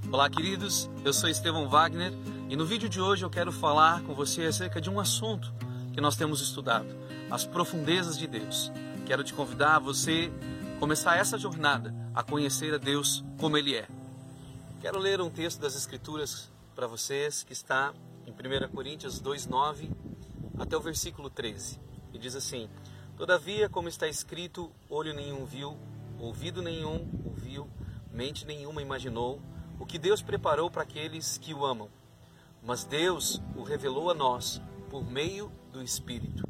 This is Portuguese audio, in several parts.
Olá, queridos, eu sou Estevão Wagner e no vídeo de hoje eu quero falar com você acerca de um assunto que nós temos estudado, as profundezas de Deus. Quero te convidar a você começar essa jornada a conhecer a Deus como Ele é. Quero ler um texto das Escrituras para vocês que está em 1 Coríntios 2:9 até o versículo 13. E diz assim: Todavia, como está escrito, olho nenhum viu, ouvido nenhum ouviu, mente nenhuma imaginou o que Deus preparou para aqueles que o amam. Mas Deus o revelou a nós por meio do Espírito.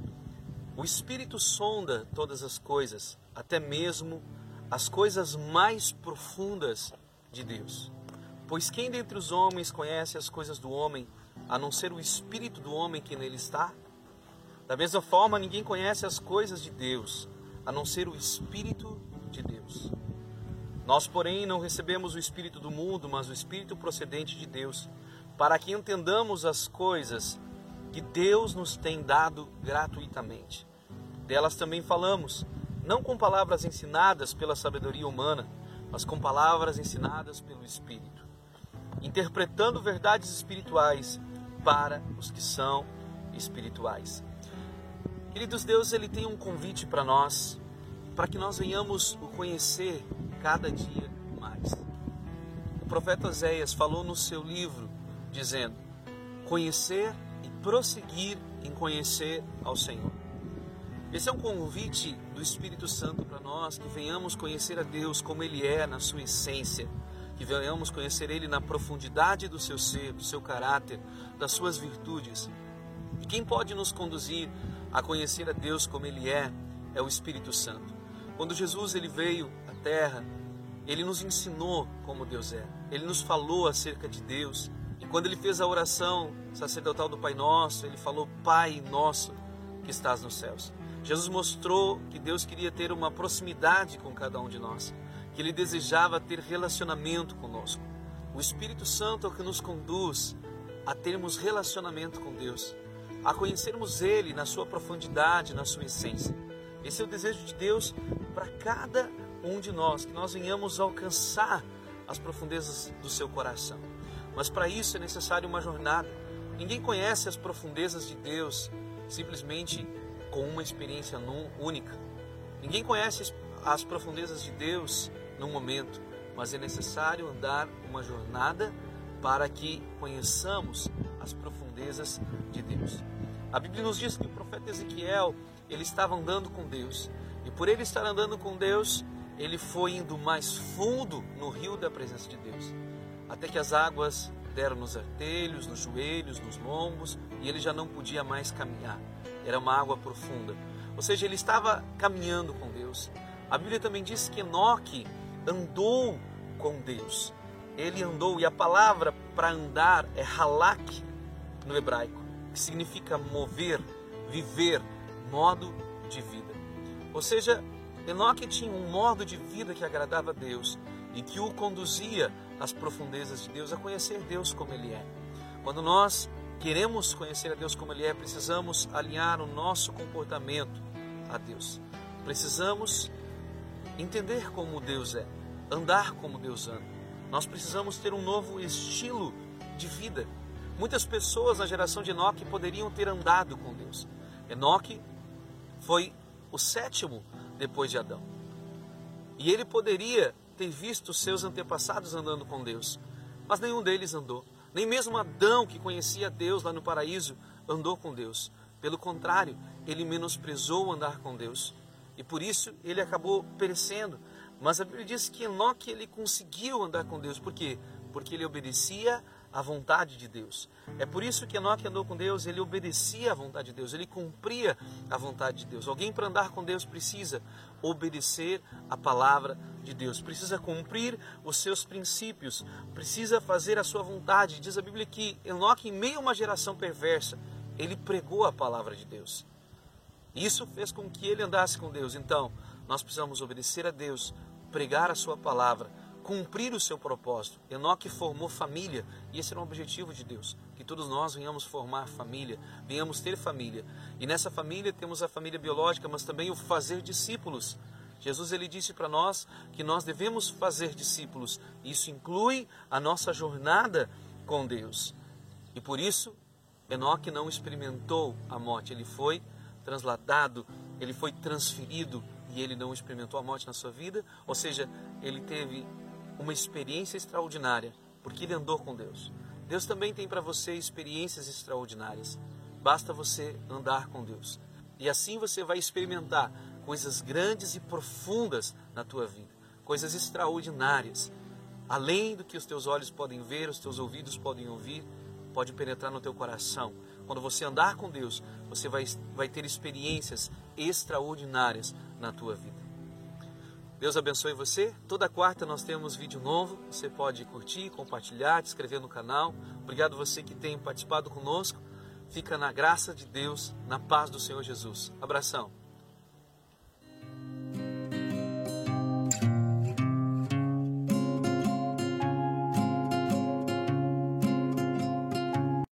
O Espírito sonda todas as coisas, até mesmo as coisas mais profundas de Deus. Pois quem dentre os homens conhece as coisas do homem, a não ser o Espírito do homem que nele está? Da mesma forma, ninguém conhece as coisas de Deus, a não ser o Espírito de Deus. Nós, porém, não recebemos o Espírito do mundo, mas o Espírito procedente de Deus, para que entendamos as coisas que Deus nos tem dado gratuitamente. Delas também falamos, não com palavras ensinadas pela sabedoria humana, mas com palavras ensinadas pelo Espírito, interpretando verdades espirituais para os que são espirituais. Queridos, Deus ele tem um convite para nós, para que nós venhamos o conhecer cada dia mais. O profeta Oséias falou no seu livro, dizendo: conhecer e prosseguir em conhecer ao Senhor. Esse é um convite do Espírito Santo para nós, que venhamos conhecer a Deus como Ele é na sua essência, que venhamos conhecer Ele na profundidade do seu ser, do seu caráter, das suas virtudes. E quem pode nos conduzir a conhecer a Deus como Ele é o Espírito Santo. Quando Jesus ele veio à terra, Ele nos ensinou como Deus é. Ele nos falou acerca de Deus. E quando Ele fez a oração sacerdotal do Pai Nosso, Ele falou: Pai Nosso que estás nos céus. Jesus mostrou que Deus queria ter uma proximidade com cada um de nós, que Ele desejava ter relacionamento conosco. O Espírito Santo é o que nos conduz a termos relacionamento com Deus, a conhecermos Ele na sua profundidade, na sua essência. Esse é o desejo de Deus para cada um de nós, que nós venhamos alcançar as profundezas do seu coração. Mas para isso é necessário uma jornada. Ninguém conhece as profundezas de Deus simplesmente com uma experiência única. Ninguém conhece as profundezas de Deus num momento, mas é necessário andar uma jornada para que conheçamos as profundezas de Deus. A Bíblia nos diz que o profeta Ezequiel, ele estava andando com Deus, e por ele estar andando com Deus, ele foi indo mais fundo no rio da presença de Deus, até que as águas deram nos artelhos, nos joelhos, nos lombos, e ele já não podia mais caminhar. Era uma água profunda, ou seja, ele estava caminhando com Deus. A Bíblia também diz que Enoque andou com Deus. Ele andou, e a palavra para andar é halak no hebraico, que significa mover, viver, modo de vida. Ou seja, Enoque tinha um modo de vida que agradava a Deus e que o conduzia às profundezas de Deus, a conhecer Deus como Ele é. Quando nós queremos conhecer a Deus como Ele é, precisamos alinhar o nosso comportamento a Deus. Precisamos entender como Deus é, andar como Deus anda. Nós precisamos ter um novo estilo de vida. Muitas pessoas na geração de Enoque poderiam ter andado com Deus. Enoque foi o sétimo depois de Adão. E ele poderia ter visto seus antepassados andando com Deus, mas nenhum deles andou. Nem mesmo Adão, que conhecia Deus lá no paraíso, andou com Deus. Pelo contrário, ele menosprezou andar com Deus. E por isso ele acabou perecendo. Mas a Bíblia diz que Enoque ele conseguiu andar com Deus. Por quê? Porque ele obedecia à vontade de Deus. É por isso que Enoque andou com Deus, ele obedecia à vontade de Deus, ele cumpria a vontade de Deus. Alguém para andar com Deus precisa obedecer a palavra de Deus, precisa cumprir os seus princípios, precisa fazer a sua vontade. Diz a Bíblia que Enoque, em meio a uma geração perversa, ele pregou a palavra de Deus. Isso fez com que ele andasse com Deus. Então, nós precisamos obedecer a Deus, pregar a sua palavra, cumprir o seu propósito. Enoque formou família, e esse era um objetivo de Deus, que todos nós venhamos formar família, venhamos ter família. E nessa família temos a família biológica, mas também o fazer discípulos. Jesus ele disse para nós que nós devemos fazer discípulos. Isso inclui a nossa jornada com Deus. E por isso, Enoque não experimentou a morte. Ele foi transladado, ele foi transferido e ele não experimentou a morte na sua vida. Ou seja, ele teve uma experiência extraordinária, porque ele andou com Deus. Deus também tem para você experiências extraordinárias. Basta você andar com Deus. E assim você vai experimentar coisas grandes e profundas na tua vida. Coisas extraordinárias. Além do que os teus olhos podem ver, os teus ouvidos podem ouvir, pode penetrar no teu coração. Quando você andar com Deus, você vai ter experiências extraordinárias na tua vida. Deus abençoe você. Toda quarta nós temos vídeo novo. Você pode curtir, compartilhar, se inscrever no canal. Obrigado você que tem participado conosco. Fica na graça de Deus, na paz do Senhor Jesus. Abração.